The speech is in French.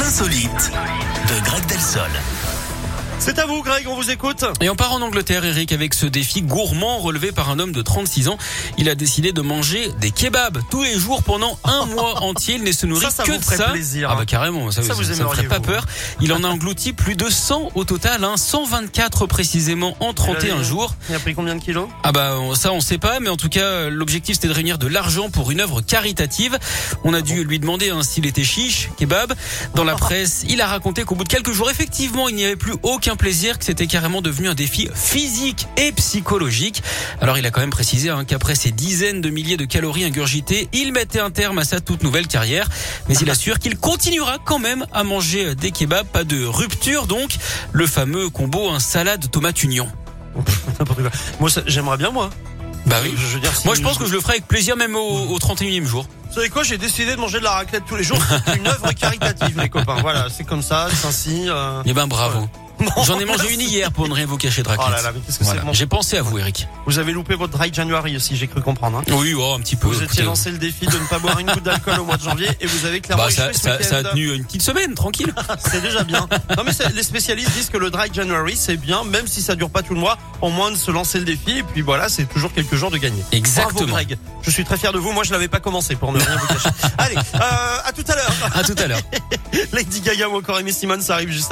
insolites de Greg Delsol. C'est à vous, Greg, on vous écoute. Et on part en Angleterre, Eric, avec ce défi gourmand relevé par un homme de 36 ans. Il a décidé de manger des kebabs tous les jours pendant un mois entier. Il ne se nourrit Ça que vous de ferait ça. plaisir, Ah bah carrément, ça vous me ferait pas peur. Il en a englouti plus de 100 au total, 124 précisément en 31 jours. Il a pris combien de kilos? Ah bah ça on sait pas, mais en tout cas l'objectif c'était de réunir de l'argent pour une œuvre caritative. On a dû lui demander s'il était chiche, kebab. Dans la presse, il a raconté qu'au bout de quelques jours, effectivement, il n'y avait plus aucun plaisir, que c'était carrément devenu un défi physique et psychologique. Alors il a quand même précisé qu'après ces dizaines de milliers de calories ingurgitées, il mettait un terme à sa toute nouvelle carrière. Mais il assure qu'il continuera quand même à manger des kebabs, pas de rupture donc. Le fameux combo salade tomate oignon. N'importe quoi. Moi, j'aimerais bien, moi. Bah oui. Je veux dire, Moi je pense que je le ferai avec plaisir même au 31e jour. Vous savez quoi, j'ai décidé de manger de la raclette tous les jours. C'est une œuvre caritative, les copains. Voilà, c'est comme ça, c'est ainsi. Eh ben bravo. Ouais. J'en ai mangé une hier pour ne rien vous cacher de raclette. Oh là là, mais qu'est-ce que c'est bon. J'ai pensé à vous, Eric. Vous avez loupé votre dry January aussi, j'ai cru comprendre. Oui, un petit peu. Vous étiez lancé le défi de ne pas boire une goutte d'alcool au mois de janvier et vous avez clairement échoué ce week-end. Ça a tenu une petite semaine, tranquille. C'est déjà bien. Non mais les spécialistes disent que le dry January c'est bien, même si ça dure pas tout le mois, au moins de se lancer le défi et puis voilà, c'est toujours quelques jours de gagner. Exactement. Bravo Greg. Je suis très fier de vous. Moi je l'avais pas commencé pour ne rien vous cacher. Allez, à tout à l'heure. À tout à l'heure. Lady Gaga ou encore Amy Simone, ça arrive juste